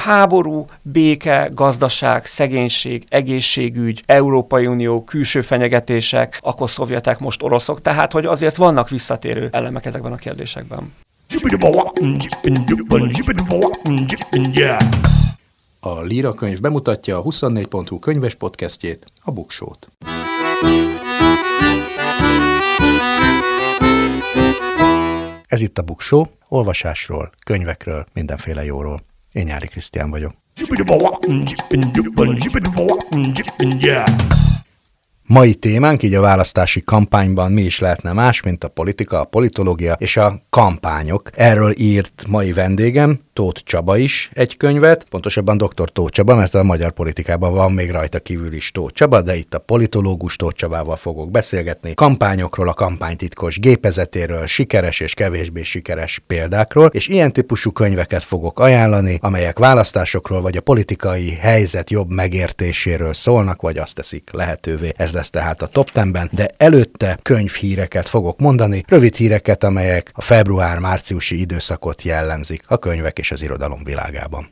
háború, béke, gazdaság, szegénység, egészségügy, Európai Unió, külső fenyegetések, akkor szovjetek, most oroszok, tehát hogy azért vannak visszatérő elemek ezekben a kérdésekben. A Líra könyv bemutatja a 24.hu könyves podcastjét, a Buksót. Ez itt a Buksó, olvasásról, könyvekről, mindenféle jóról. Én Nyári Krisztián vagyok. Mai témánk így a választási kampányban mi is lehetne más, mint a politika, a politológia és a kampányok. Erről írt mai vendégem, Tóth Csaba is egy könyvet, pontosabban dr. Tóth Csaba, mert a magyar politikában van még rajta kívül is Tóth Csaba, de itt a politológus Tóth Csabával fogok beszélgetni, kampányokról, a kampánytitkos gépezetéről, sikeres és kevésbé sikeres példákról, és ilyen típusú könyveket fogok ajánlani, amelyek választásokról vagy a politikai helyzet jobb megértéséről szólnak, vagy azt teszik lehetővé. Ez lesz tehát a top 10-ben, de előtte könyvhíreket fogok mondani, rövid híreket, amelyek a február-márciusi időszakot jellemzik a könyvek és az irodalom világában.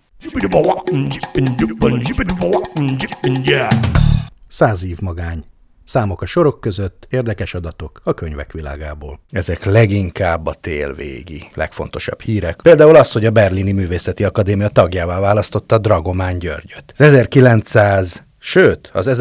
100 év magány. Számok a sorok között, érdekes adatok a könyvek világából. Ezek leginkább a télvégi legfontosabb hírek. Például az, hogy a Berlini Művészeti Akadémia tagjává választotta Dragomán Györgyöt. Az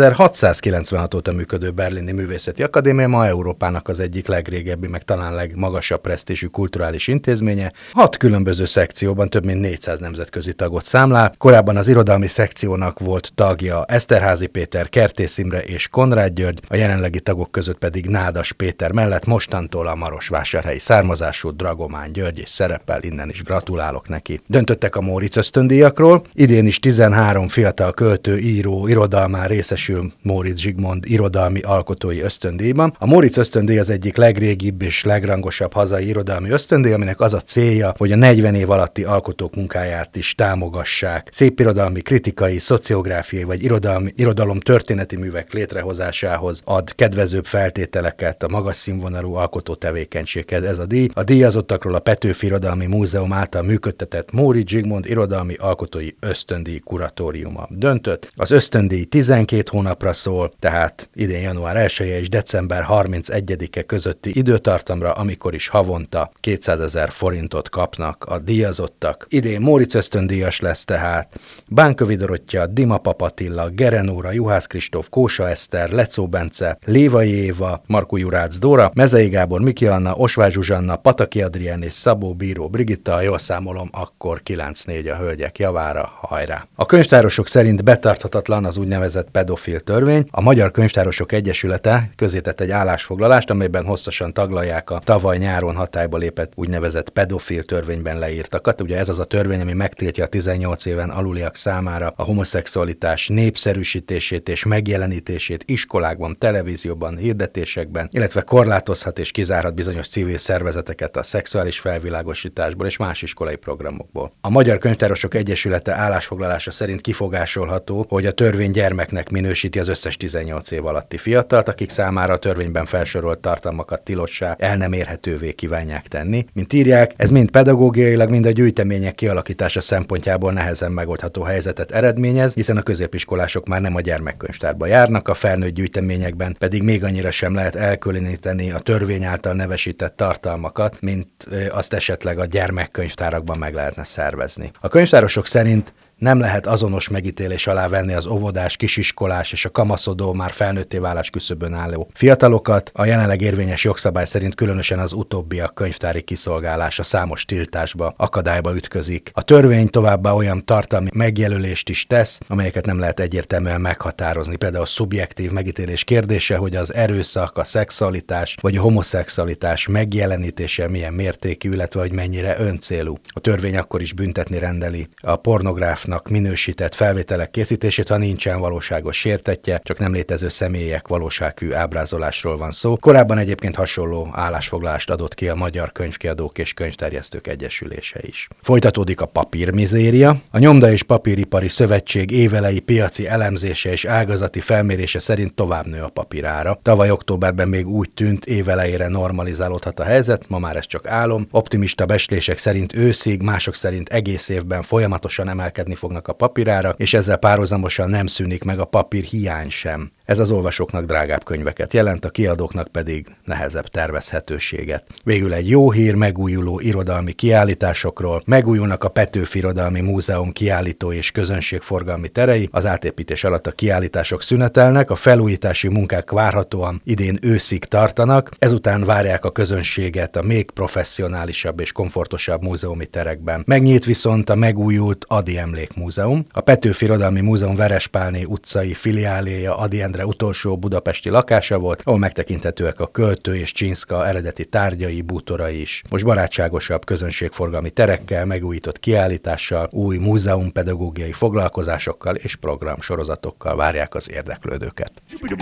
1696 óta működő Berlini Művészeti Akadémia ma Európának az egyik legrégebbi, meg talán legmagasabb presztízsű kulturális intézménye. 6 különböző szekcióban több mint 400 nemzetközi tagot számlál. Korábban az irodalmi szekciónak volt tagja Eszterházy Péter, Kertész Imre és Konrád György, a jelenlegi tagok között pedig Nádas Péter mellett mostantól a marosvásárhelyi származású Dragomán György is szerepel, innen is gratulálok neki. Döntöttek a Móricz ösztöndíjakról, idén is 13 fiatal költő, író, irodalmán részesül Móricz Zsigmond irodalmi alkotói ösztöndíjban. A Móricz ösztöndíj az egyik legrégibb és legrangosabb hazai irodalmi ösztöndíj, aminek az a célja, hogy a 40 év alatti alkotók munkáját is támogassák. Szépirodalmi, kritikai, szociográfiai vagy irodalom történeti művek létrehozásához ad kedvezőbb feltételeket a magas színvonalú alkotó tevékenységhez. Ez a díj. A díjazottakról a Petőfi Irodalmi Múzeum által működtetett Móricz Zsigmond irodalmi alkotói ösztöndíj kuratóriuma döntött. Az ösztöndíj 12 hónapra szól, tehát idén január 1-e és december 31-e közötti időtartamra, amikor is havonta 200 000 forintot kapnak a díjazottak. Idén Móricz ösztöndíjas lesz tehát Bánkövi Dorottya, Dima Papatilla, Gerenóra, Juhász Kristóf, Kósa Eszter, Lecó Bence, Lévai Éva, Markó Jurácz Dóra, Mezei Gábor, Miki Anna, Osváth Zsuzsanna, Pataki Adrián és Szabó Bíró Brigitta, jól számolom, akkor 9-4 a hölgyek javára, hajrá! A könyvtárosok szerint betarthatatlan az úgynevezett pedofil törvény. A Magyar Könyvtárosok Egyesülete közzétett egy állásfoglalást, amelyben hosszasan taglalják a tavaly nyáron hatályba lépett úgynevezett pedofil törvényben leírtakat. Ugye ez az a törvény, ami megtiltja a 18 éven aluliak számára a homoszexualitás népszerűsítését és megjelenítését iskolákban, televízióban, hirdetésekben, illetve korlátozhat és kizárhat bizonyos civil szervezeteket a szexuális felvilágosításból és más iskolai programokból. A Magyar Könyvtárosok Egyesülete állásfoglalása szerint kifogásolható, hogy a törvény gyermeknek minősíti az összes 18 év alatti fiatalt, akik számára a törvényben felsorolt tartalmakat tilossá, el nem érhetővé kívánják tenni. Mint írják, ez mind pedagógiailag, mind a gyűjtemények kialakítása szempontjából nehezen megoldható helyzetet eredményez, hiszen a középiskolások már nem a gyermekkönyvtárba járnak, a felnőtt gyűjteményekben pedig még annyira sem lehet elkülöníteni a törvény által nevesített tartalmakat, mint azt esetleg a gyermekkönyvtárakban meg lehetne szervezni. A könyvtárosok szerint nem lehet azonos megítélés alá venni az óvodás, kisiskolás és a kamaszodó, már felnőtté válás küszöbön álló fiatalokat. A jelenleg érvényes jogszabály szerint különösen az utóbbiak könyvtári kiszolgálása számos tiltásba, akadályba ütközik. A törvény továbbá olyan tartalmi megjelölést is tesz, amelyeket nem lehet egyértelműen meghatározni. Például a szubjektív megítélés kérdése, hogy az erőszak, a szexualitás vagy a homoszexualitás megjelenítése milyen mértékű, illetve hogy mennyire öncélú. A törvény akkor is büntetni rendeli a pornográf minősített felvételek készítését, ha nincsen valóságos sértettje, csak nem létező személyek valóságű ábrázolásról van szó. Korábban egyébként hasonló állásfoglalást adott ki a Magyar Könyvkiadók és Könyvterjesztők Egyesülése is. Folytatódik a papírmizéria. A Nyomda és Papíripari Szövetség évelei piaci elemzése és ágazati felmérése szerint tovább nő a papírára. Tavaly októberben még úgy tűnt, évelejére normalizálódhat a helyzet, ma már ez csak álom. Optimista becslések szerint őszig, mások szerint egész évben folyamatosan emelkedni fognak a papírára, és ezzel párhuzamosan nem szűnik meg a papír hiány sem. Ez az olvasóknak drágább könyveket jelent, a kiadóknak pedig nehezebb tervezhetőséget. Végül egy jó hír megújuló irodalmi kiállításokról. Megújulnak a Petőfi Irodalmi Múzeum kiállító és közönségforgalmi terei, az átépítés alatt a kiállítások szünetelnek, a felújítási munkák várhatóan idén őszig tartanak, ezután várják a közönséget a még professzionálisabb és komfortosabb múzeumi terekben. Megnyílt viszont a megújult Ady Emlékmúzeum. A Petőfi Irodalmi Múzeum Verespálné utcai filiáléja Ady Endre utolsó budapesti lakása volt, ahol megtekinthetőek a költő és Csinszka eredeti tárgyai, bútorai is. Most barátságosabb közönségforgalmi terekkel, megújított kiállítással, új múzeumpedagógiai foglalkozásokkal és programsorozatokkal várják az érdeklődőket.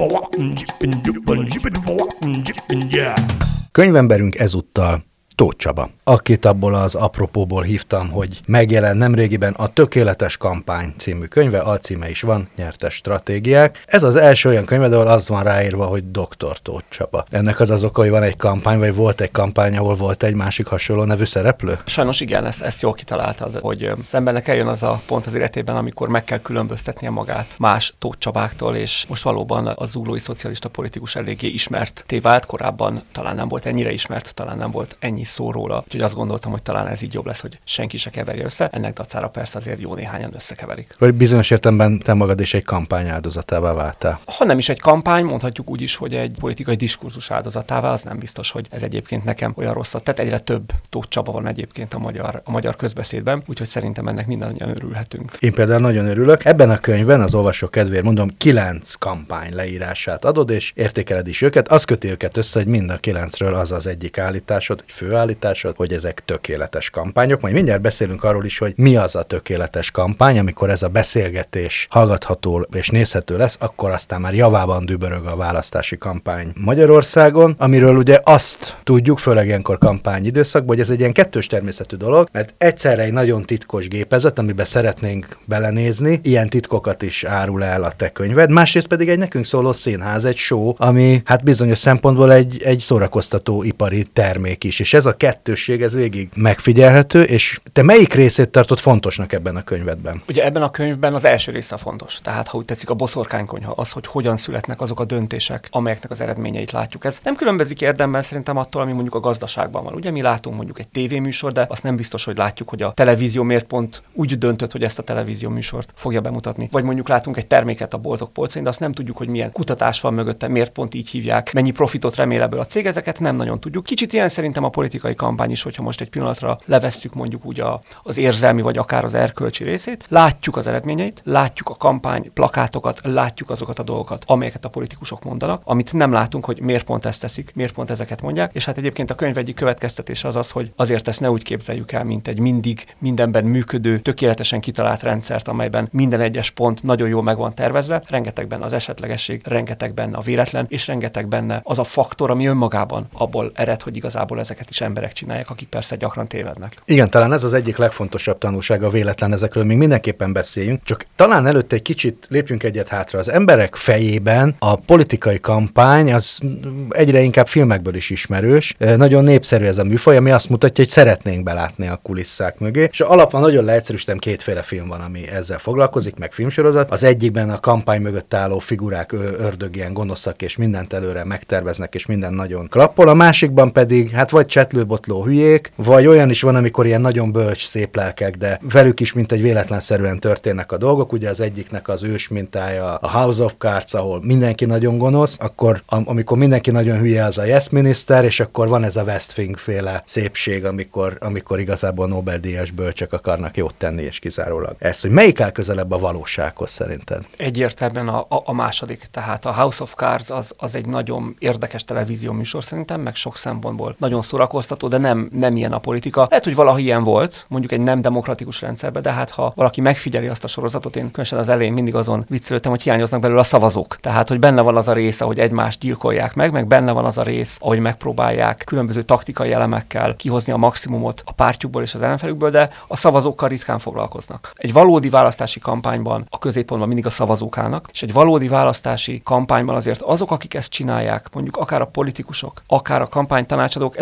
Könyvemberünk ezúttal Tóth Csaba, akit abból az apropóból hívtam, hogy megjelent nemrégiben a Tökéletes kampány című könyve, alcíme is van, Nyertes stratégiák. Ez az első olyan könyv, ahol az van ráírva, hogy Dr. Tóth Csaba. Ennek az oka, hogy van egy kampány, vagy volt egy kampány, ahol volt egy másik hasonló nevű szereplő? Sajnos igen, ezt jól kitaláltad, hogy az embernek eljön az a pont az életében, amikor meg kell különböztetnie magát más Tóth Csabáktól, és most valóban a zuglói szocialista politikus eléggé ismertté vált, korábban talán nem volt ennyire ismert, talán nem volt ennyi szó róla, úgyhogy azt gondoltam, hogy talán ez így jobb lesz, hogy senki se keverje össze. Ennek dacára persze azért jó néhányan összekeverik. Vagy bizonyos értelemben te magad is egy kampány áldozatává váltál. Ha nem is egy kampány, mondhatjuk úgy is, hogy egy politikai diskurzus áldozatává, az nem biztos, hogy ez egyébként nekem olyan rosszat tett. Egyre több Tóth Csaba van egyébként a magyar közbeszédben, úgyhogy szerintem ennek mindannyian örülhetünk. Én például nagyon örülök. Ebben a könyvben az olvasók kedvéért mondom, 9 kampány leírását adod, és értékeled is őket. Az köti őket össze, hogy mind a 9-ről az az egyik állításod, egy főállításod, hogy ezek tökéletes kampányok. Majd mindjárt beszélünk arról is, hogy mi az a tökéletes kampány, amikor ez a beszélgetés hallgatható és nézhető lesz, akkor aztán már javában dübörög a választási kampány Magyarországon, amiről ugye azt tudjuk, főleg ilyenkor kampányidőszakban, hogy ez egy ilyen kettős természetű dolog, mert egyszerre egy nagyon titkos gépezet, amiben szeretnénk belenézni, ilyen titkokat is árul el a te könyved, másrészt pedig egy nekünk szóló színház, egy show, ami hát bizonyos szempontból egy szórakoztató ipari termék is, és ez a kettősség, ez végig megfigyelhető, és te melyik részét tartod fontosnak ebben a könyvedben? Ugye ebben a könyvben az első része fontos. Tehát, ha úgy tetszik, a boszorkánykonyha, az, hogy hogyan születnek azok a döntések, amelyeknek az eredményeit látjuk. Ez nem különbözik érdemben szerintem attól, ami mondjuk a gazdaságban van. Ugye mi látunk mondjuk egy tévéműsor, de azt nem biztos, hogy látjuk, hogy a televízió miért pont úgy döntött, hogy ezt a televízió műsort fogja bemutatni. Vagy mondjuk látunk egy terméket a boltok polcain, de azt nem tudjuk, hogy milyen kutatás van mögötte, miért pont így hívják, mennyi profitot remél ebből a cég, ezeket nem nagyon tudjuk. Kicsit ilyen szerintem a politikai kampány is, hogyha most egy pillanatra levesszük mondjuk úgy az érzelmi vagy akár az erkölcsi részét, látjuk az eredményeit, látjuk a kampány plakátokat, látjuk azokat a dolgokat, amelyeket a politikusok mondanak, amit nem látunk, hogy miért pont ezt teszik, miért pont ezeket mondják, és hát egyébként a könyv egyik következtetése az, hogy azért ezt ne úgy képzeljük el, mint egy mindig mindenben működő, tökéletesen kitalált rendszert, amelyben minden egyes pont nagyon jól meg van tervezve, rengeteg benne az esetlegesség, rengeteg benne a véletlen, és rengeteg benne az a faktor, ami önmagában abból ered, hogy igazából ezeket is emberek csinálják, akik persze gyakran tévednek. Igen, talán ez az egyik legfontosabb tanulsága a véletlen, ezekről még mindenképpen beszéljünk, csak talán előtte egy kicsit lépjünk egyet hátra. Az emberek fejében a politikai kampány az egyre inkább filmekből is ismerős, nagyon népszerű ez a műfaj, ami azt mutatja, hogy szeretnénk belátni a kulisszák mögé, és alapban nagyon leegyszerűsítem, kétféle film van, ami ezzel foglalkozik, meg filmsorozat. Az egyikben a kampány mögött álló figurák ördögien gonoszak, és mindent előre megterveznek, és minden nagyon klappol. A másikban pedig hát vagy csetlőbotló hülyék, vagy olyan is van, amikor ilyen nagyon bölcs, szép lelkek, de velük is mint egy véletlenszerűen történnek a dolgok. Ugye az egyiknek az ős mintája a House of Cards, ahol mindenki nagyon gonosz, akkor amikor mindenki nagyon hülye, az a Yes Minister, és akkor van ez a West Wing féle szépség, amikor igazából Nobel-díjas bölcsök akarnak jót tenni, és kizárólag ezt, hogy melyik áll közelebb a valósághoz szerinted? Egyértelműen a második, tehát a House of Cards az egy nagyon érdekes televízió műsor szerintem, meg sok szempontból nagyon szórakoztató, de nem ilyen a politika. Lehet, hogy valaha ilyen volt, mondjuk egy nem demokratikus rendszerben, de hát ha valaki megfigyeli azt a sorozatot, én különösen az elején mindig azon viccelődtem, hogy hiányoznak belőle a szavazók. Tehát, hogy benne van az a rész, ahogy egymást gyilkolják meg benne van az a rész, ahogy megpróbálják különböző taktikai elemekkel kihozni a maximumot a pártjukból és az ellenfelükből, de a szavazókkal ritkán foglalkoznak. Egy valódi választási kampányban a középpontban mindig a szavazók állnak, és egy valódi választási kampányban azért azok, akik ezt csinálják, mondjuk akár a politikusok, akár a kampánytanácsadók, ezek nem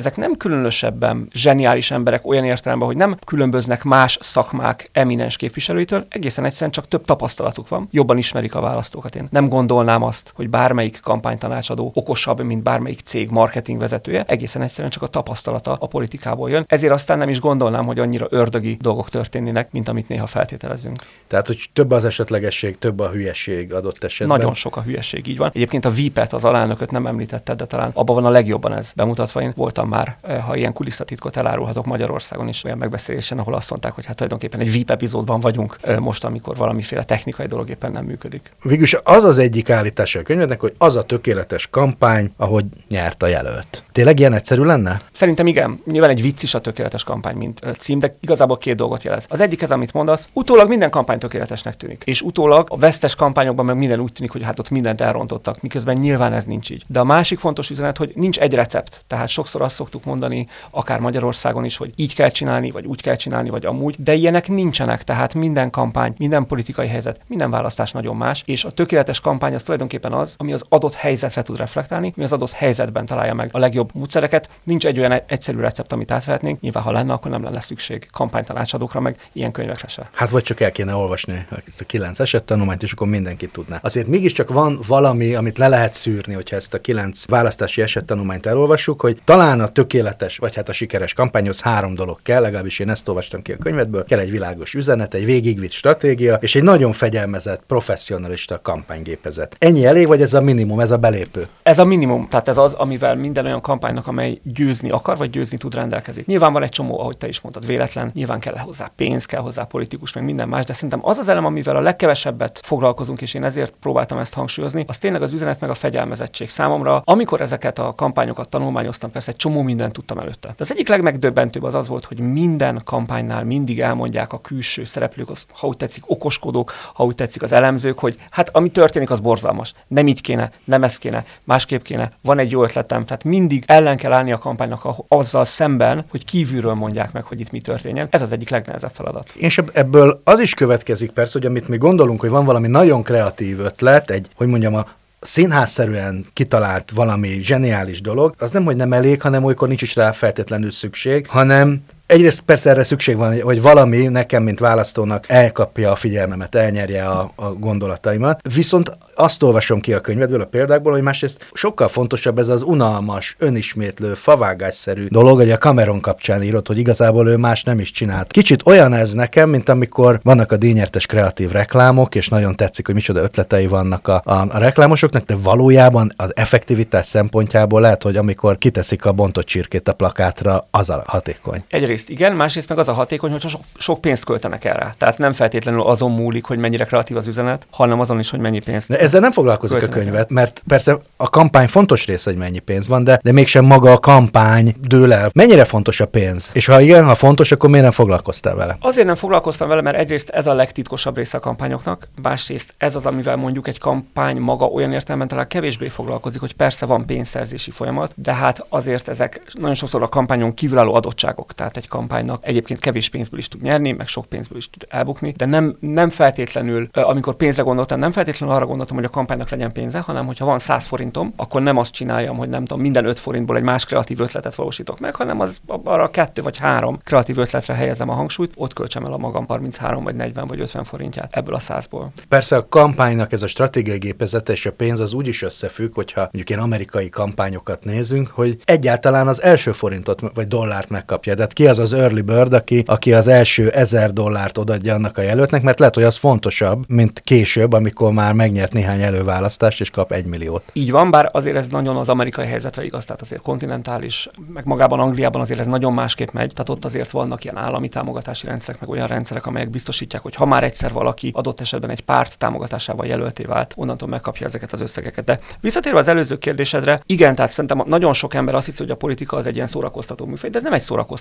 különösebben zseniális emberek olyan értelemben, hogy nem különböznek más szakmák eminens képviselőitől, egészen egyszerűen csak több tapasztalatuk van, jobban ismerik a választókat. Én nem gondolnám azt, hogy bármelyik kampánytanácsadó okosabb, mint bármelyik cég marketing vezetője, egészen egyszerűen csak a tapasztalata a politikából jön. Ezért aztán nem is gondolnám, hogy annyira ördögi dolgok történnének, mint amit néha feltételezünk. Tehát, hogy több az esetlegesség, több a hülyeség adott esetben. Nagyon sok a hülyeség, így van. Egyébként a VIP-et, az alelnököt nem említetted, de talán abban van a legjobban ez bemutatva. Én voltam már, ha ilyen kulisszatitkot elárulhatok, Magyarországon is olyan megbeszélésen, ahol azt mondták, hogy hát tulajdonképpen egy VIP epizódban vagyunk most, amikor valamiféle technikai dolog éppen nem működik. Végülis az egyik állítása a könyvednek, hogy az a tökéletes kampány, ahogy nyert a jelölt. Tényleg ilyen egyszerű lenne? Szerintem igen. Nyilván egy vicc is a tökéletes kampány, mint cím, de igazából két dolgot jelez. Az egyik ez, amit mondasz, utólag minden kampány tökéletesnek tűnik. És utólag a vesztes kampányokban meg minden úgy tűnik, hogy hát ott mindent elrontottak, miközben nyilván ez nincs így. De a másik fontos üzenet, hogy nincs egy recept. Tehát sokszor azt szoktuk mondani, akár Magyarországon is, hogy így kell csinálni, vagy úgy kell csinálni, vagy amúgy, de ilyenek nincsenek. Tehát minden kampány, minden politikai helyzet, minden választás nagyon más, és a tökéletes kampány az tulajdonképpen az, ami az adott helyzetre tud reflektálni, ami az adott helyzetben találja meg a legjobb módszereket. Nincs egy olyan egyszerű recept, amit átvehetnénk. Nyilván, ha lenne, akkor nem lenne szükség kampánytanácsadókra, meg ilyen könyvekre se. Hát vagy csak el kéne olvasni ezt a 9 esettanulmányt, és akkor mindenki tudná. Azért mégiscsak van valami, amit le lehet szűrni, hogyha ezt a 9 választási esettanulmányt elolvassuk, hogy talán a tökéletes, vagy hát a sikeres kampányhoz 3 dolog kell, legalábbis én ezt olvastam ki a könyvedből, kell egy világos üzenet, egy végigvitt stratégia, és egy nagyon fegyelmezett, professzionalista kampánygépezet. Ennyi elég, vagy ez a minimum, ez a belépő? Ez a minimum, tehát ez az, amivel minden olyan kampánynak, amely győzni akar, vagy győzni tud rendelkezik. Nyilván van egy csomó, ahogy te is mondtad, véletlen, nyilván kell hozzá pénz, kell hozzá politikus, meg minden más, de szerintem az az elem, amivel a legkevesebbet foglalkozunk, és én ezért próbáltam ezt hangsúlyozni, az tényleg az üzenet meg a fegyelmezettség számomra. Amikor ezeket a kampányokat tanulmányoztam, persze egy csomó mindent tudtam előtte. De az egyik legmegdöbbentőbb az volt, hogy minden kampánynál mindig elmondják a külső szereplők, az, ha úgy tetszik, okoskodók, ha úgy tetszik, az elemzők, hogy hát ami történik, az borzalmas. Nem így kéne, nem ez kéne, másképp kéne, van egy jó ötletem. Tehát mindig ellen kell állni a kampánynak azzal szemben, hogy kívülről mondják meg, hogy itt mi történjen. Ez az egyik legnehezebb feladat. És ebből az is következik persze, hogy amit mi gondolunk, hogy van valami nagyon kreatív ötlet, egy, hogy mondjam, a színházszerűen kitalált valami zseniális dolog, az nem, hogy nem elég, hanem olykor nincs is rá feltétlenül szükség, hanem egyrészt persze erre szükség van, hogy valami nekem, mint választónak elkapja a figyelmemet, elnyerje a gondolataimat. Viszont azt olvasom ki a könyvedből, a példákból, hogy másrészt sokkal fontosabb ez az unalmas, önismétlő, favágásszerű dolog, hogy a Cameron kapcsán írott, hogy igazából ő más nem is csinált. Kicsit olyan ez nekem, mint amikor vannak a díjnyertes kreatív reklámok, és nagyon tetszik, hogy micsoda ötletei vannak a reklámosoknak, de valójában az effektivitás szempontjából lehet, hogy amikor kiteszik a bontott csirkét a plakátra, az a hatékony. Egyrészt igen, másrészt meg az a hatékony, hogy sok pénzt költenek erre. Tehát nem feltétlenül azon múlik, hogy mennyire kreatív az üzenet, hanem azon is, hogy mennyi pénzt. De ezzel nem foglalkozik a könyvet, mert persze a kampány fontos része, hogy mennyi pénz van, de mégsem maga a kampány dől el. Mennyire fontos a pénz? És ha igen, ha fontos, akkor miért nem foglalkoztál vele? Azért nem foglalkoztam vele, mert egyrészt ez a legtitkosabb része a kampányoknak, másrészt ez az, amivel mondjuk egy kampány maga olyan értelemben talán kevésbé foglalkozik, hogy persze van pénzszerzési folyamat, de hát azért ezek nagyon sokszor a kampányon kívülálló adottságok. Tehát egy kampánynak egyébként kevés pénzből is tud nyerni, meg sok pénzből is tud elbukni, de nem feltétlenül, amikor pénzre gondoltam, nem feltétlenül arra gondoltam, hogy a kampánynak legyen pénze, hanem hogyha van 100 forintom, akkor nem azt csináljam, hogy nem tudom, minden 5 forintból egy más kreatív ötletet valósítok meg, hanem az arra 2 vagy 3 kreatív ötletre helyezem a hangsúlyt, ott költsem el a magam 33 vagy 40 vagy 50 forintját ebből a 100-ból. Persze a kampánynak ez a stratégiai gépezete és a pénz az úgy is összefügg, hogyha mondjuk ilyen amerikai kampányokat nézünk, hogy egyáltalán az első forintot vagy dollárt megkapja. Tehát ki az early bird, aki az első $1000 odaadja annak a jelöltnek, mert lehet, hogy az fontosabb, mint később, amikor már megnyert néhány előválasztást, és kap 1 milliót. Így van, bár azért ez nagyon az amerikai helyzetre igaz, tehát azért kontinentális, meg magában Angliában azért ez nagyon másképp megy, tehát ott azért vannak ilyen állami támogatási rendszerek, meg olyan rendszerek, amelyek biztosítják, hogy ha már egyszer valaki adott esetben egy párt támogatásával jelölté vált, onnantól megkapja ezeket az összegeket. De visszatérve az előző kérdésedre, igen, tehát szerintem nagyon sok ember azt hiszi, hogy a politika az egy ilyen szórakoztató műfaj, de ez nem egy szórakoztató műfaj.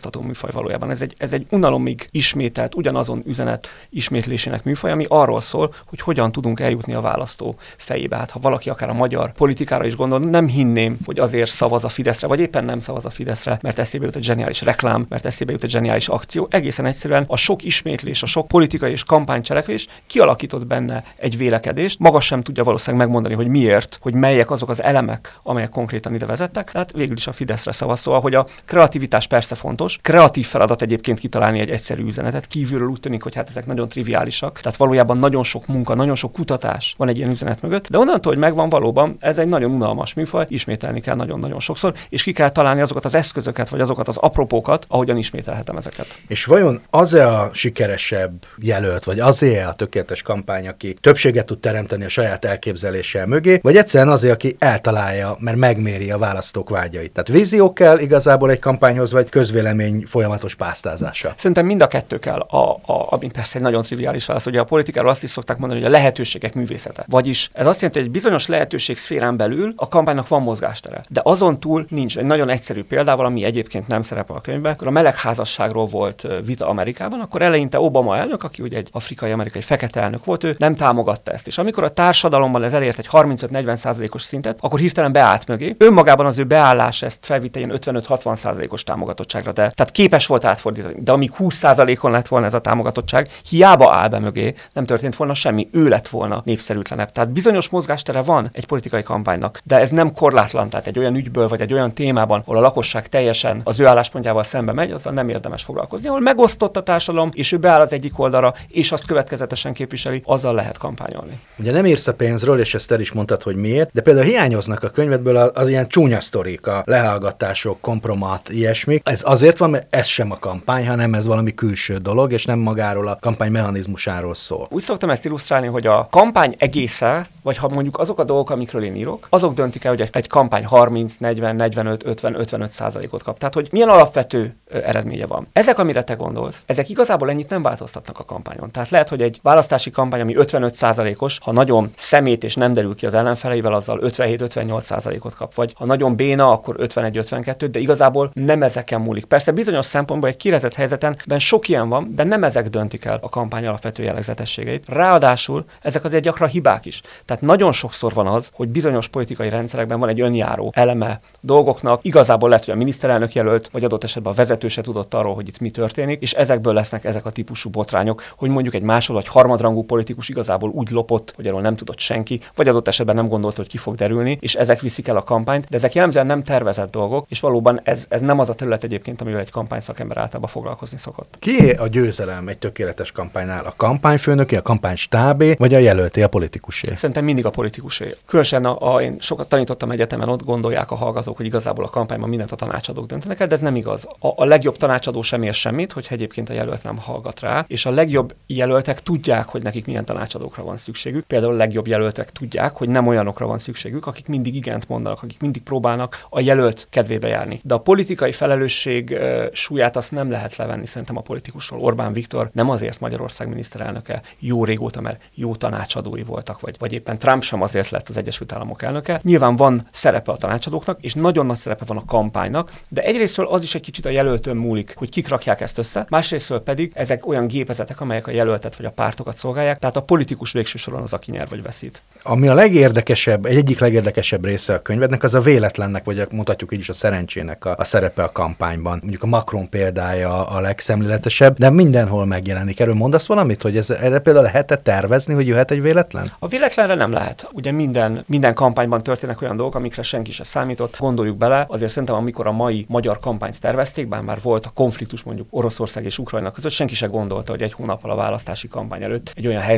műfaj valójában. Ez egy unalomig ismételt, ugyanazon üzenet ismétlésének műfaj, ami arról szól, hogy hogyan tudunk eljutni a választó fejébe. Hát ha valaki akár a magyar politikára is gondol, nem hinném, hogy azért szavaz a Fideszre, vagy éppen nem szavaz a Fideszre, mert eszébe jut egy zseniális reklám, mert eszébe jut egy zseniális akció. Egészen egyszerűen a sok ismétlés, a sok politikai és kampánycselekvés kialakított benne egy vélekedést. Maga sem tudja valószínűleg megmondani, hogy miért, hogy melyek azok az elemek, amelyek konkrétan ide vezettek. Tehát végül is a Fideszre szavaz. Szóval, hogy a kreativitás persze fontos. Kreatív feladat egyébként kitalálni egy egyszerű üzenetet. Kívülről úgy tűnik, hogy hát ezek nagyon triviálisak. Tehát valójában nagyon sok munka, nagyon sok kutatás van egy ilyen üzenet mögött. De onnantól, hogy megvan valóban, ez egy nagyon unalmas műfaj, ismételni kell nagyon-nagyon sokszor, és ki kell találni azokat az eszközöket, vagy azokat az apropókat, ahogyan ismételhetem ezeket. És vajon az-e a sikeresebb jelölt, vagy azért a tökéletes kampány, aki többséget tud teremteni a saját elképzeléssel mögé, vagy egyszerűen azért, aki eltalálja, mert megméri a választók vágyait? Tehát vízió kell igazából egy kampányhoz, vagy közvélemény folyamatos pásztázása? Szerintem mind a kettő kell, ami persze egy nagyon triviális válasz. Ugye a politikáról azt is szokták mondani, hogy a lehetőségek művészete. Vagyis ez azt jelenti, hogy egy bizonyos lehetőség szférán belül a kampánynak van mozgástere. De azon túl nincs. Egy nagyon egyszerű példával, ami egyébként nem szerepel a könyvben, akkor a melegházasságról volt vita Amerikában, akkor eleinte Obama elnök, aki ugye egy afrikai-amerikai fekete elnök volt, ő nem támogatta ezt. És amikor a társadalomban ez elért egy 35-40%-os szintet, akkor hirtelen beállt mögé. Önmagában az ő beállás ezt felvitte ilyen 55-60%-os támogatottságra, de tehát képes volt átfordítani. De amíg 20%-on lett volna ez a támogatottság, hiába áll be mögé, nem történt volna semmi, ő lett volna népszerűtlenebb. Tehát bizonyos mozgástere van egy politikai kampánynak, de ez nem korlátlan, tehát egy olyan ügyből vagy egy olyan témában, ahol a lakosság teljesen az ő álláspontjával szembe megy, azzal nem érdemes foglalkozni. Ahol megosztott a társadalom, és ő beáll az egyik oldalra, és azt következetesen képviseli, azzal lehet kampányolni. Ugye nem írsz a pénzről, és ezt el is mondtad, hogy miért, de például hiányoznak a könyvedből az ilyen csúnya sztorik, a lehallgatások, kompromat, ilyesmik. Ez azért van, mert ez sem a kampány, hanem ez valami külső dolog, és nem magáról a kampány mechanizmusáról szól. Úgy szoktam ezt illusztrálni, hogy a kampány egésze, vagy ha mondjuk azok a dolgok, amikről én írok, azok döntik el, hogy egy kampány 30, 40, 45, 50, 55%-ot kap. Tehát, hogy milyen alapvető eredménye van. Ezek, amire te gondolsz, ezek igazából ennyit nem változtatnak a kampányon. Tehát lehet, hogy egy választási kampány, ami 55%-os, ha nagyon szemét és nem derül ki az ellenfeleivel, azzal 57-58%-ot kap. Vagy ha nagyon béna, akkor 51-52, de igazából nem ezeken múlik. Persze bizonyos szempontból egy kirezett helyzetenben sok ilyen van, de nem ezek döntik el a kampány alapvető jellegzetességeit. Ráadásul ezek azért gyakran hibák is. Tehát nagyon sokszor van az, hogy bizonyos politikai rendszerekben van egy önjáró eleme dolgoknak. Igazából lehet, hogy a miniszterelnök jelölt, vagy adott esetben a vezető se tudott arról, hogy itt mi történik, és ezekből lesznek ezek a típusú botrányok, hogy mondjuk egy másod vagy harmadrangú politikus igazából úgy lopott, hogy erről nem tudott senki, vagy adott esetben nem gondolta, hogy ki fog derülni, és ezek viszik el a kampányt, de ezek jellemzően nem tervezett dolgok, és valóban ez nem az a terület egyébként, amivel egy kampányszakember általában foglalkozni szokott. Ki a győzelem egy tökéletes kampánynál? A kampányfőnöké, a kampánystábé, vagy a jelölté, a politikusé? Szerintem mindig a politikusé. Különösen én sokat tanítottam egyetemen, ott gondolják a hallgatók, hogy igazából a kampányban mindent a tanácsadók döntenek el, de ez nem igaz. A legjobb tanácsadó sem ér semmit, hogyha egyébként a jelölt nem hallgat rá, és a legjobb jelöltek tudják, hogy nekik milyen tanácsadókra van szükségük. Például a legjobb jelöltek tudják, hogy nem olyanokra van szükségük, akik mindig igent mondanak, akik mindig próbálnak a jelölt kedvébe járni. De a politikai felelősség súlyát azt nem lehet levenni szerintem a politikusról. Orbán Viktor nem azért Magyarország miniszterelnöke jó régóta, mert jó tanácsadói voltak, vagy éppen Trump sem azért lett az Egyesült Államok elnöke. Nyilván van szerepe a tanácsadóknak, és nagyon nagy szerepe van a kampánynak, de egyrésztről az is egy kicsit a jelöltön múlik, hogy kik rakják ezt össze, másrésztről pedig ezek olyan gépezetek, amelyek a jelöltet vagy a pártokat szolgálják, tehát a politikus végső soron az, aki nyer vagy veszít. Ami a legérdekesebb, egyik legérdekesebb része a könyvednek, az a véletlennek, vagy mondhatjuk így is a szerencsének a szerepe a kampányban. Mondjuk a Macron példája a legszemléletesebb, de mindenhol megjelenik. Erről mondasz valamit, hogy erre például lehet tervezni, hogy jöhet egy véletlen? A véletlenre nem lehet. Ugye minden kampányban történnek olyan dolgok, amikre senki sem számított. Gondoljuk bele, azért szerintem, amikor a mai magyar kampányt tervezték, bár már volt a konfliktus mondjuk Oroszország és Ukrajna között, senki sem gondolta, hogy egy hónappal a választási kampány előtt,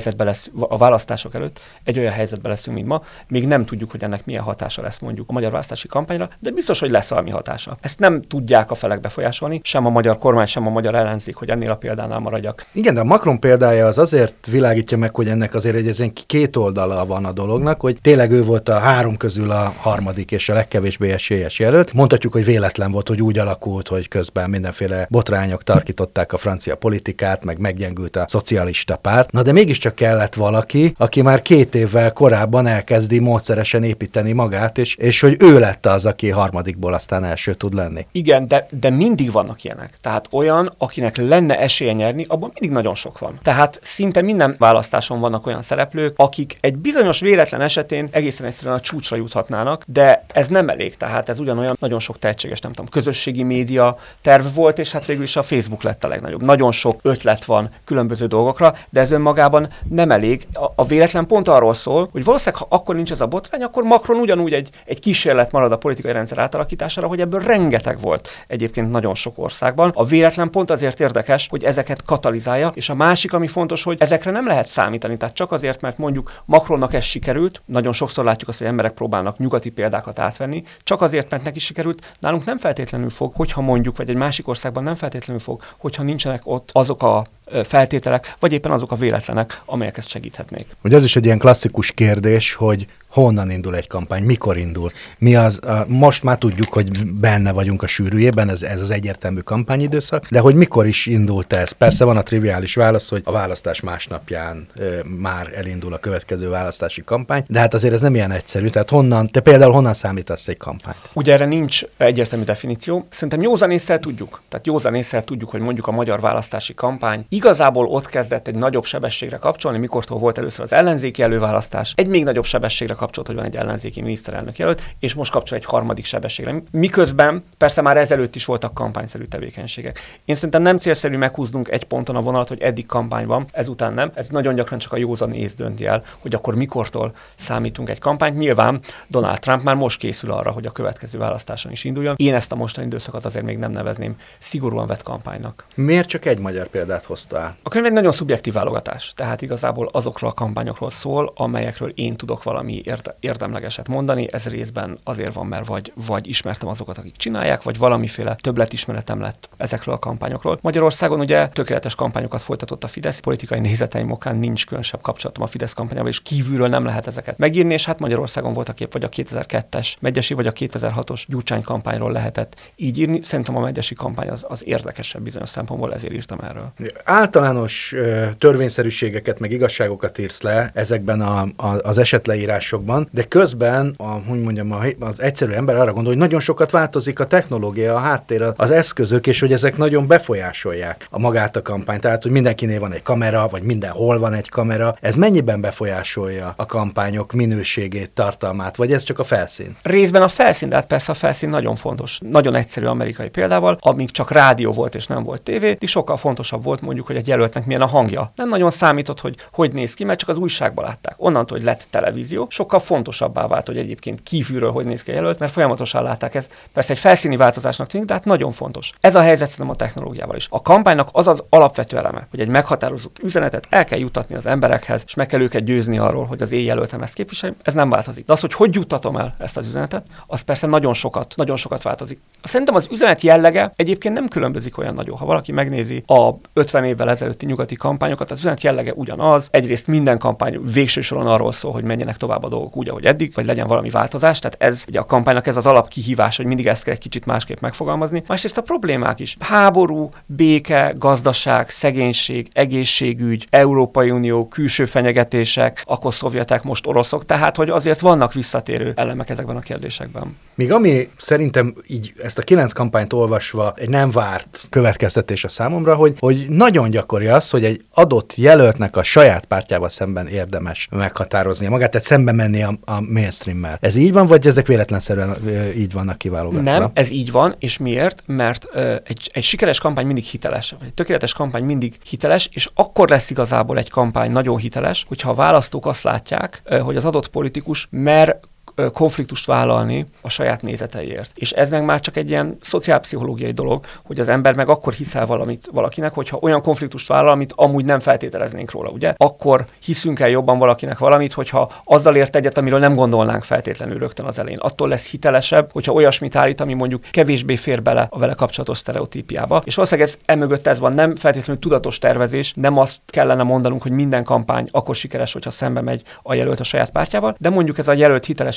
a választások előtt egy olyan helyzetben leszünk, mint ma. Még nem tudjuk, hogy ennek milyen hatása lesz mondjuk a magyar választási kampányra, de biztos, hogy lesz valami hatása. Ezt nem tudják a felek befolyásolni, sem a magyar kormány, sem a magyar ellenzék, hogy ennél a példánál maradjak. Igen, de a Macron példája az azért világítja meg, hogy ennek azért egy két oldala van a dolognak, hogy tényleg ő volt a három közül a harmadik és a legkevésbé esélyes jelölt. Mondhatjuk, hogy véletlen volt, hogy úgy alakult, hogy közben miközben mindenféle botrányok tarkították a francia politikát, meg meggyengült a szocialista párt. Na de mégiscsak kellett valaki, aki már 2 évvel korábban elkezdi módszeresen építeni magát, és hogy ő lett az, aki harmadikból aztán első tud lenni. Igen, de mindig vannak ilyenek. Tehát olyan, akinek lenne esélye nyerni, abban mindig nagyon sok van. Tehát szinte minden választáson vannak olyan szereplők, akik egy bizonyos véletlen esetén egészen egyszerűen a csúcsra juthatnának, de ez nem elég. Tehát ez ugyanolyan nagyon sok tehetséges, nem tudom, közösségi média terv volt, és hát végül is a Facebook lett a legnagyobb. Nagyon sok ötlet van különböző dolgokra, de ez önmagában nem elég. A véletlen pont arról szól, hogy valószínűleg, ha akkor nincs ez a botrány, akkor Macron ugyanúgy egy kísérlet marad a politikai rendszer átalakítására, hogy ebből rengeteg volt egyébként nagyon sok országban. A véletlen pont azért érdekes, hogy ezeket katalizálja, és a másik, ami fontos, hogy ezekre nem lehet számítani. Tehát csak azért, mert mondjuk Macronnak ez sikerült, nagyon sokszor látjuk azt, hogy emberek próbálnak nyugati példákat átvenni, csak azért, mert neki sikerült, nálunk nem feltétlenül fog, hogyha mondjuk, vagy egy másik országban nem feltétlenül fog, hogyha nincsenek ott azok a feltételek, vagy éppen azok a véletlenek, amelyek ezt segíthetnék. Hogy az is egy ilyen klasszikus kérdés, hogy honnan indul egy kampány, mikor indul. Mi az, most már tudjuk, hogy benne vagyunk a sűrűjében, ez az egyértelmű kampányidőszak, de hogy mikor is indult ez? Persze van a triviális válasz, hogy a választás másnapján már elindul a következő választási kampány, de hát azért ez nem ilyen egyszerű. Tehát te például honnan számítasz egy kampányt? Ugye erre nincs egyértelmű definíció. Szerintem józan ésszel tudjuk. Tehát józan ésszel tudjuk, hogy mondjuk a magyar választási kampány igazából ott kezdett egy nagyobb sebességre kapcsolni, mikortól volt először az ellenzéki előválasztás, egy még nagyobb sebességre kapcsolt, hogy van egy ellenzéki miniszterelnök jelölt, és most kapcsol egy harmadik sebességre. Miközben persze már ezelőtt is voltak kampányszerű tevékenységek. Én szerintem nem célszerű meghúznunk egy ponton a vonalat, hogy eddig kampány van, ezután nem. Ez nagyon gyakran csak a józan ész dönti el, hogy akkor mikortól számítunk egy kampányt. Nyilván Donald Trump már most készül arra, hogy a következő választáson is induljon. Én ezt a mostani időszakot azért még nem nevezném szigorúan vett kampánynak. Miért csak egy magyar példát hoztál? A könyv egy nagyon szubjektív válogatás, tehát igazából azokról a kampányokról szól, amelyekről én tudok valami érdemlegeset mondani. Ez részben azért van, mert vagy ismertem azokat, akik csinálják, vagy valamiféle többletismeretem lett ezekről a kampányokról. Magyarországon ugye tökéletes kampányokat folytatott a Fidesz, politikai nézeteim okán nincs különösebb kapcsolatom a Fidesz kampányával, és kívülről nem lehet ezeket megírni, és hát Magyarországon volt a kép, vagy a 2002-es Medgyessy, vagy a 2006-os Gyurcsány kampányról lehetett így írni. Szerintem a Medgyessy kampány az érdekesebb bizonyos szempontból, ezért írtam erről. Általános törvényszerűségeket, meg igazságokat írsz le ezekben az esetleírásokban, de közben, az egyszerű ember arra gondol, hogy nagyon sokat változik a technológia, a háttér, az eszközök, és hogy ezek nagyon befolyásolják magát a kampányt. Tehát, hogy mindenkinél van egy kamera, vagy mindenhol van egy kamera. Ez mennyiben befolyásolja a kampányok minőségét, tartalmát, vagy ez csak a felszín? Részben a felszín, de hát persze a felszín nagyon fontos. Nagyon egyszerű amerikai példával, amíg csak rádió volt és nem volt tévé, sokkal fontosabb volt mondjuk, hogy egy jelöltnek milyen a hangja. Nem nagyon számított, hogy néz ki, mert csak az újságban látták. Onnantól, hogy lett televízió, sokkal fontosabbá vált, hogy egyébként kívülről hogy néz ki a jelölt, mert folyamatosan látták. Ez persze egy felszíni változásnak tűnik, de hát nagyon fontos. Ez a helyzet szerintem a technológiával is. A kampánynak az az alapvető eleme, hogy egy meghatározott üzenetet el kell juttatni az emberekhez, és meg kell őket győzni arról, hogy az én jelöltem ezt képviseli, ez nem változik. De az, hogy juttatom el ezt az üzenetet, az persze nagyon sokat változik. Szerintem az üzenet jellege egyébként nem különbözik olyan nagyon. Ha valaki megnézi a 50 évvel ezelőtti nyugati kampányokat, az üzenet jellege ugyanaz. Egyrészt minden kampány végső soron arról szól, hogy menjenek tovább a dolgok úgy, ahogy eddig, vagy legyen valami változás. Tehát ez ugye a kampánynak ez az alapkihívás, hogy mindig ezt kell egy kicsit másképp megfogalmazni. Másrészt a problémák is. Háború, béke, gazdaság, szegénység, egészségügy, Európai Unió, külső fenyegetések, akkor szovjetek, most oroszok. Tehát, hogy azért vannak visszatérő elemek ezekben a kérdésekben. Még ami szerintem így ezt a 9 kampányt olvasva egy nem várt következtetés a számomra, hogy nagyon gyakori az, hogy egy adott jelöltnek a saját pártjával szemben érdemes meghatároznia magát, tehát szembe menni a mainstreammel. Ez így van, vagy ezek véletlenszerűen így vannak kiválogatva? Nem, ez így van, és miért? Mert egy sikeres kampány mindig hiteles, vagy egy tökéletes kampány mindig hiteles, és akkor lesz igazából egy kampány nagyon hiteles, hogyha a választók azt látják, hogy az adott politikus mer konfliktust vállalni a saját nézeteiért. És ez meg már csak egy ilyen szociálpszichológiai dolog, hogy az ember meg akkor hiszel valamit valakinek, hogyha olyan konfliktust vállal, amit amúgy nem feltételeznénk róla, ugye? Akkor hiszünk el jobban valakinek valamit, hogyha azzal ért egyet, amiről nem gondolnánk feltétlenül rögtön az elején. Attól lesz hitelesebb, hogyha olyasmit állít, ami mondjuk kevésbé fér bele a vele kapcsolatos sztereotípiába. És valószínűleg emögött ez van, nem feltétlenül tudatos tervezés, nem azt kellene mondanunk, hogy minden kampány akkor sikeres, hogyha szembe megy a jelölt a saját pártjával, de mondjuk ez a jelölt hitelesítés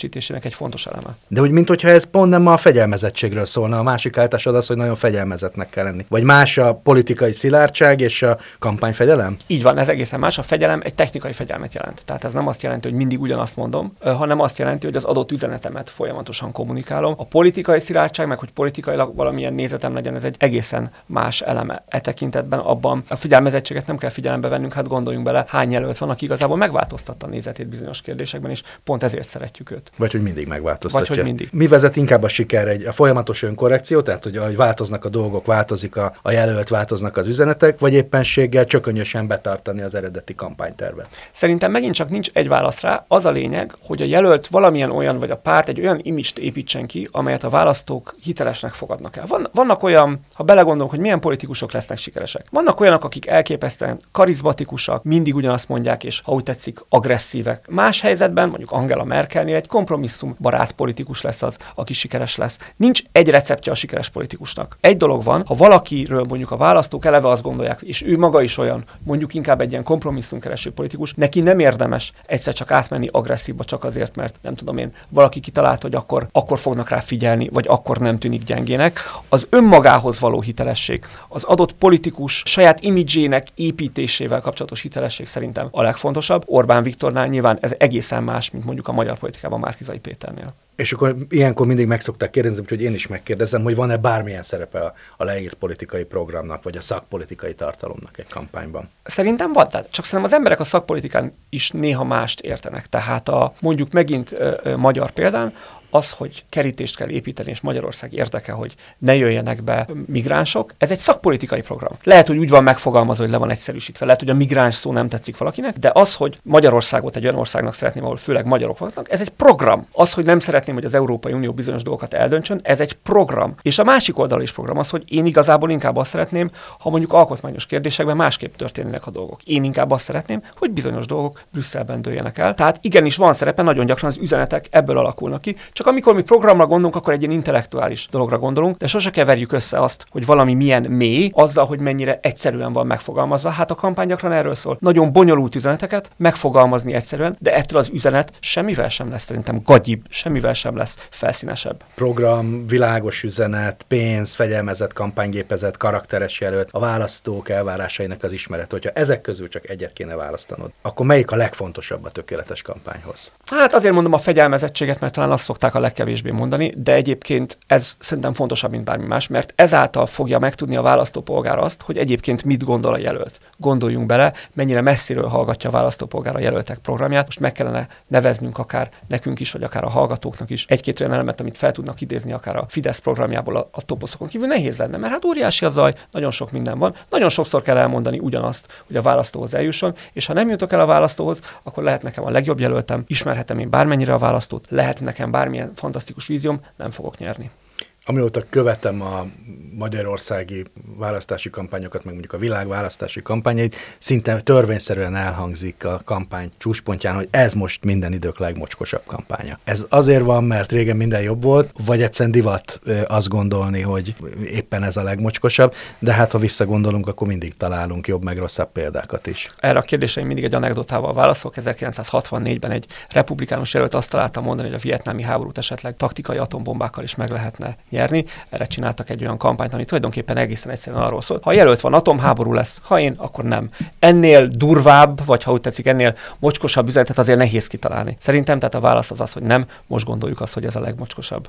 építésének egy fontos eleme. De úgy, mintha ez pont nem a fegyelmezettségről szólna, a másik állításod az, hogy nagyon fegyelmezetnek kell lenni. Vagy más a politikai szilárdság és a kampányfegyelem? Így van, ez egészen más. A fegyelem egy technikai fegyelmet jelent. Tehát ez nem azt jelenti, hogy mindig ugyanazt mondom, hanem azt jelenti, hogy az adott üzenetemet folyamatosan kommunikálom. A politikai szilárdság, meg hogy politikailag valamilyen nézetem legyen, ez egy egészen más eleme. E tekintetben abban a fegyelmezettséget nem kell figyelembe vennünk, hát gondoljunk bele, hány jelölt van, aki igazából megváltoztatta a nézetét bizonyos kérdésekben, és pont ezért szeretjük őt. Vagy hogy mindig megváltoztatja. Vagy hogy mindig. Mi vezet inkább a siker, a folyamatos önkorrekció, tehát hogy ahogy változnak a dolgok, változik a jelölt, változnak az üzenetek, vagy éppenséggel csökönyösen betartani az eredeti kampánytervet? Szerintem megint csak nincs egy válasz rá. Az a lényeg, hogy a jelölt valamilyen olyan, vagy a párt egy olyan imist építsen ki, amelyet a választók hitelesnek fogadnak el. Vannak olyan, ha belegondolunk, hogy milyen politikusok lesznek sikeresek. Vannak olyanok, akik elképesztően karizmatikusak, mindig ugyanazt mondják, és ha úgy tetszik, agresszívek. Más helyzetben, mondjuk Angela Merkelnél egy kompromisszumbarát politikus lesz az, aki sikeres lesz. Nincs egy receptje a sikeres politikusnak. Egy dolog van, ha valakiről mondjuk a választók eleve azt gondolják, és ő maga is olyan, mondjuk inkább egy ilyen kompromisszumkereső politikus, neki nem érdemes egyszer csak átmenni agresszívba csak azért, mert nem tudom én, valaki kitalált, hogy akkor fognak rá figyelni, vagy akkor nem tűnik gyengének. Az önmagához való hitelesség, az adott politikus saját imidzsének építésével kapcsolatos hitelesség szerintem a legfontosabb. Orbán Viktornál nyilván ez egészen más, mint mondjuk a magyar politikában Márki-Zay Péternél. És akkor ilyenkor mindig meg szokták kérdezni, hogy én is megkérdezem, hogy van-e bármilyen szerepe a leírt politikai programnak, vagy a szakpolitikai tartalomnak egy kampányban? Szerintem van, tehát csak szerintem az emberek a szakpolitikán is néha mást értenek. Tehát mondjuk megint magyar példán, az, hogy kerítést kell építeni, és Magyarország érdeke, hogy ne jöjjenek be migránsok, ez egy szakpolitikai program. Lehet, hogy úgy van megfogalmazva, hogy le van egyszerűsítve, lehet, hogy a migráns szó nem tetszik valakinek, de az, hogy Magyarországot egy olyan országnak szeretném, ahol főleg magyarok vannak, ez egy program. Az, hogy nem szeretném, hogy az Európai Unió bizonyos dolgokat eldöntsön, ez egy program. És a másik oldal is program az, hogy én igazából inkább azt szeretném, ha mondjuk alkotmányos kérdésekben másképp történnek a dolgok. Én inkább azt szeretném, hogy bizonyos dolgok Brüsszelben dőljenek el. Tehát igenis van szerepe, nagyon gyakran az üzenetek ebből alakulnak ki. Csak amikor mi programra gondolunk, akkor egy ilyen intellektuális dologra gondolunk, de sose keverjük össze azt, hogy valami milyen mély, azzal, hogy mennyire egyszerűen van megfogalmazva. Hát a kampány gyakran erről szól. Nagyon bonyolult üzeneteket megfogalmazni egyszerűen, de ettől az üzenet semmivel sem lesz szerintem gagyibb, semmivel sem lesz felszínesebb. Program, világos üzenet, pénz, fegyelmezett kampánygépezet, karakteres jelölt, a választók elvárásainak az ismeret. Hogyha ezek közül csak egyet kéne választanod, akkor melyik a legfontosabb a tökéletes kampányhoz? Hát azért mondom a fegyelmezettséget, mert talán azt szokták a legkevésbé mondani, de egyébként ez szerintem fontosabb, mint bármi más, mert ezáltal fogja megtudni a választópolgár azt, hogy egyébként mit gondol a jelölt. Gondoljunk bele, mennyire messziről hallgatja a választópolgár a jelöltek programját. Most meg kellene neveznünk akár nekünk is, vagy akár a hallgatóknak is egy-két olyan elemet, amit fel tudnak idézni akár a Fidesz programjából a toposzokon kívül. Nehéz lenne, mert hát óriási a zaj, nagyon sok minden van. Nagyon sokszor kell elmondani ugyanazt, hogy a választóhoz eljusson, és ha nem jutok el a választóhoz, akkor lehet nekem a legjobb jelöltem, ismerhetem én bármennyire a választót, lehet nekem bármilyen fantasztikus vízióm, nem fogok nyerni. Amióta követem a magyarországi választási kampányokat, meg mondjuk a világ választási kampányait, szinte törvényszerűen elhangzik a kampány csúcspontján, hogy ez most minden idők legmocskosabb kampánya. Ez azért van, mert régen minden jobb volt, vagy egyszerűen divat azt gondolni, hogy éppen ez a legmocskosabb, de hát ha visszagondolunk, akkor mindig találunk jobb meg rosszabb példákat is. Erre a kérdésre én mindig egy anekdotával válaszolok. 1964-ben egy republikánus jelölt azt találta mondani, hogy a vietnámi háborút esetleg taktikai atombombákkal is meg lehetne nyerni. Erre csináltak egy olyan kampányt, ami tulajdonképpen egészen egyszerűen arról szól, ha jelölt van, atomháború lesz, ha én, akkor nem. Ennél durvább, vagy ha úgy tetszik, ennél mocskosabb üzenetet azért nehéz kitalálni. Szerintem tehát a válasz az, hogy nem, most gondoljuk azt, hogy ez a legmocskosabb.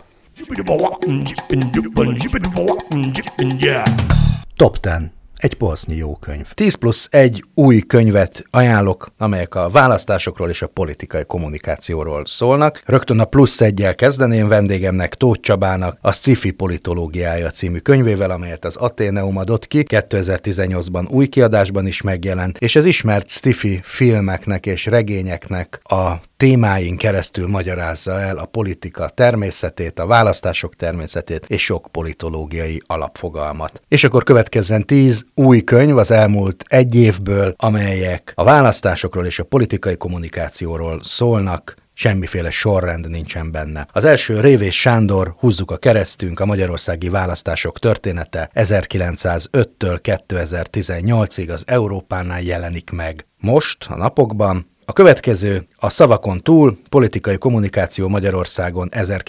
Top 10. Egy polsznyi jó könyv. 10+1 új könyvet ajánlok, amelyek a választásokról és a politikai kommunikációról szólnak. Rögtön a +1-jel kezdeném, vendégemnek, Tóth Csabának a Sci-fi politológiája című könyvével, amelyet az Atheneum adott ki, 2018-ban új kiadásban is megjelent, és az ismert sci-fi filmeknek és regényeknek a témáin keresztül magyarázza el a politika természetét, a választások természetét és sok politológiai alapfogalmat. És akkor következzen 10 új könyv az elmúlt egy évből, amelyek a választásokról és a politikai kommunikációról szólnak, semmiféle sorrend nincsen benne. Az első Révés Sándor, Húzzuk a keresztünk, a magyarországi választások története 1905-től 2018-ig az Európánál jelenik meg. Most, a napokban, A következő a szavakon túl politikai kommunikáció Magyarországon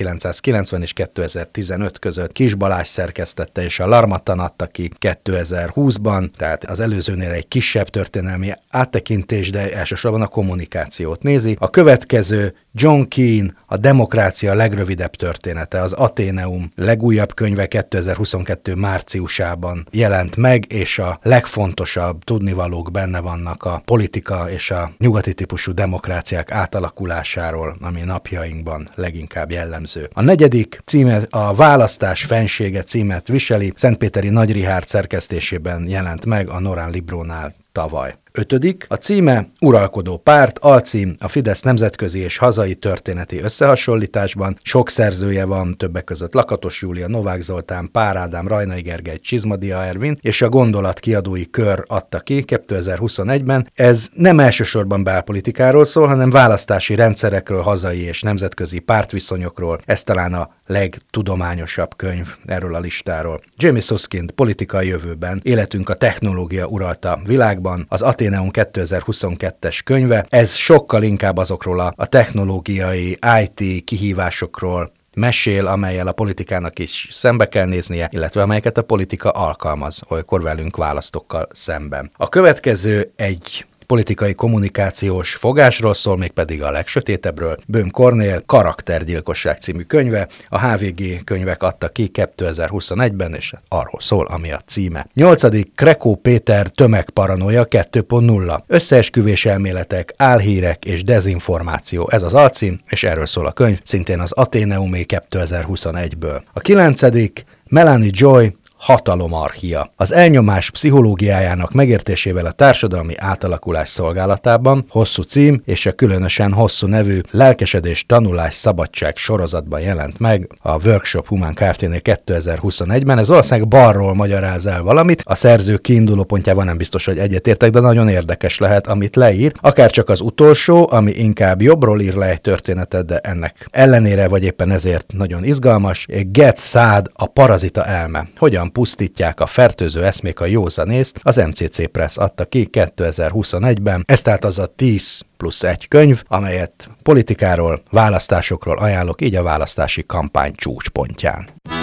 1990 és 2015 között Kis Balázs szerkesztette, és a Larmatan adta ki 2020-ban, tehát az előzőnél egy kisebb történelmi áttekintés, de elsősorban a kommunikációt nézi. A következő John Keane, a Demokrácia legrövidebb története, az Athenaeum legújabb könyve 2022 márciusában jelent meg, és a legfontosabb tudnivalók benne vannak a politika és a nyugati típusú demokráciák átalakulásáról, ami napjainkban leginkább jellemző. A negyedik címe a Választás fensége címet viseli, Szentpéteri Nagy Richárd szerkesztésében jelent meg a Norán Librónál tavaly. Ötödik, a címe Uralkodó párt, alcím a Fidesz nemzetközi és hazai történeti összehasonlításban. Sok szerzője van, többek között Lakatos Júlia, Novák Zoltán, Pár Ádám, Rajnai Gergely, Csizmadia Ervin, és a Gondolat kiadói kör adta ki 2021-ben. Ez nem elsősorban belpolitikáról szól, hanem választási rendszerekről, hazai és nemzetközi pártviszonyokról. Ez talán a legtudományosabb könyv erről a listáról. Jamie Susskind, Politikai jövőben, Életünk a technológia uralta világban, az Athenaeum 2022-es könyve. Ez sokkal inkább azokról a technológiai IT kihívásokról mesél, amellyel a politikának is szembe kell néznie, illetve amelyeket a politika alkalmaz, olykor velünk választókkal szemben. A következő egy politikai kommunikációs fogásról szól, mégpedig a legsötétebbről. Böhm Kornél Karaktergyilkosság című könyve, a HVG könyvek adta ki 2021-ben, és arról szól, ami a címe. 8. Krekó Péter Tömegparanoia 2.0. Összeesküvés elméletek, álhírek és dezinformáció. Ez az alcím, és erről szól a könyv, szintén az Athenaeumé 2021-ből. A 9. Melanie Joy Hatalomarchia. Az elnyomás pszichológiájának megértésével a társadalmi átalakulás szolgálatában, hosszú cím és a különösen hosszú nevű Lelkesedés, tanulás, szabadság sorozatban jelent meg a Workshop Human Kft-nél 2021-ben. Ez valószínűleg balról magyaráz el valamit. A szerző kiinduló pontjában nem biztos, hogy egyetértek, de nagyon érdekes lehet, amit leír. Akár csak az utolsó, ami inkább jobbról ír le egy történetet, de ennek ellenére vagy éppen ezért nagyon izgalmas. Get Sad, a parazita elme. Hogyan pusztítják a fertőző eszmék a józanészt, az MCC Press adta ki 2021-ben. Ez tehát az a 10+1 könyv, amelyet politikáról, választásokról ajánlok, így a választási kampány csúcspontján.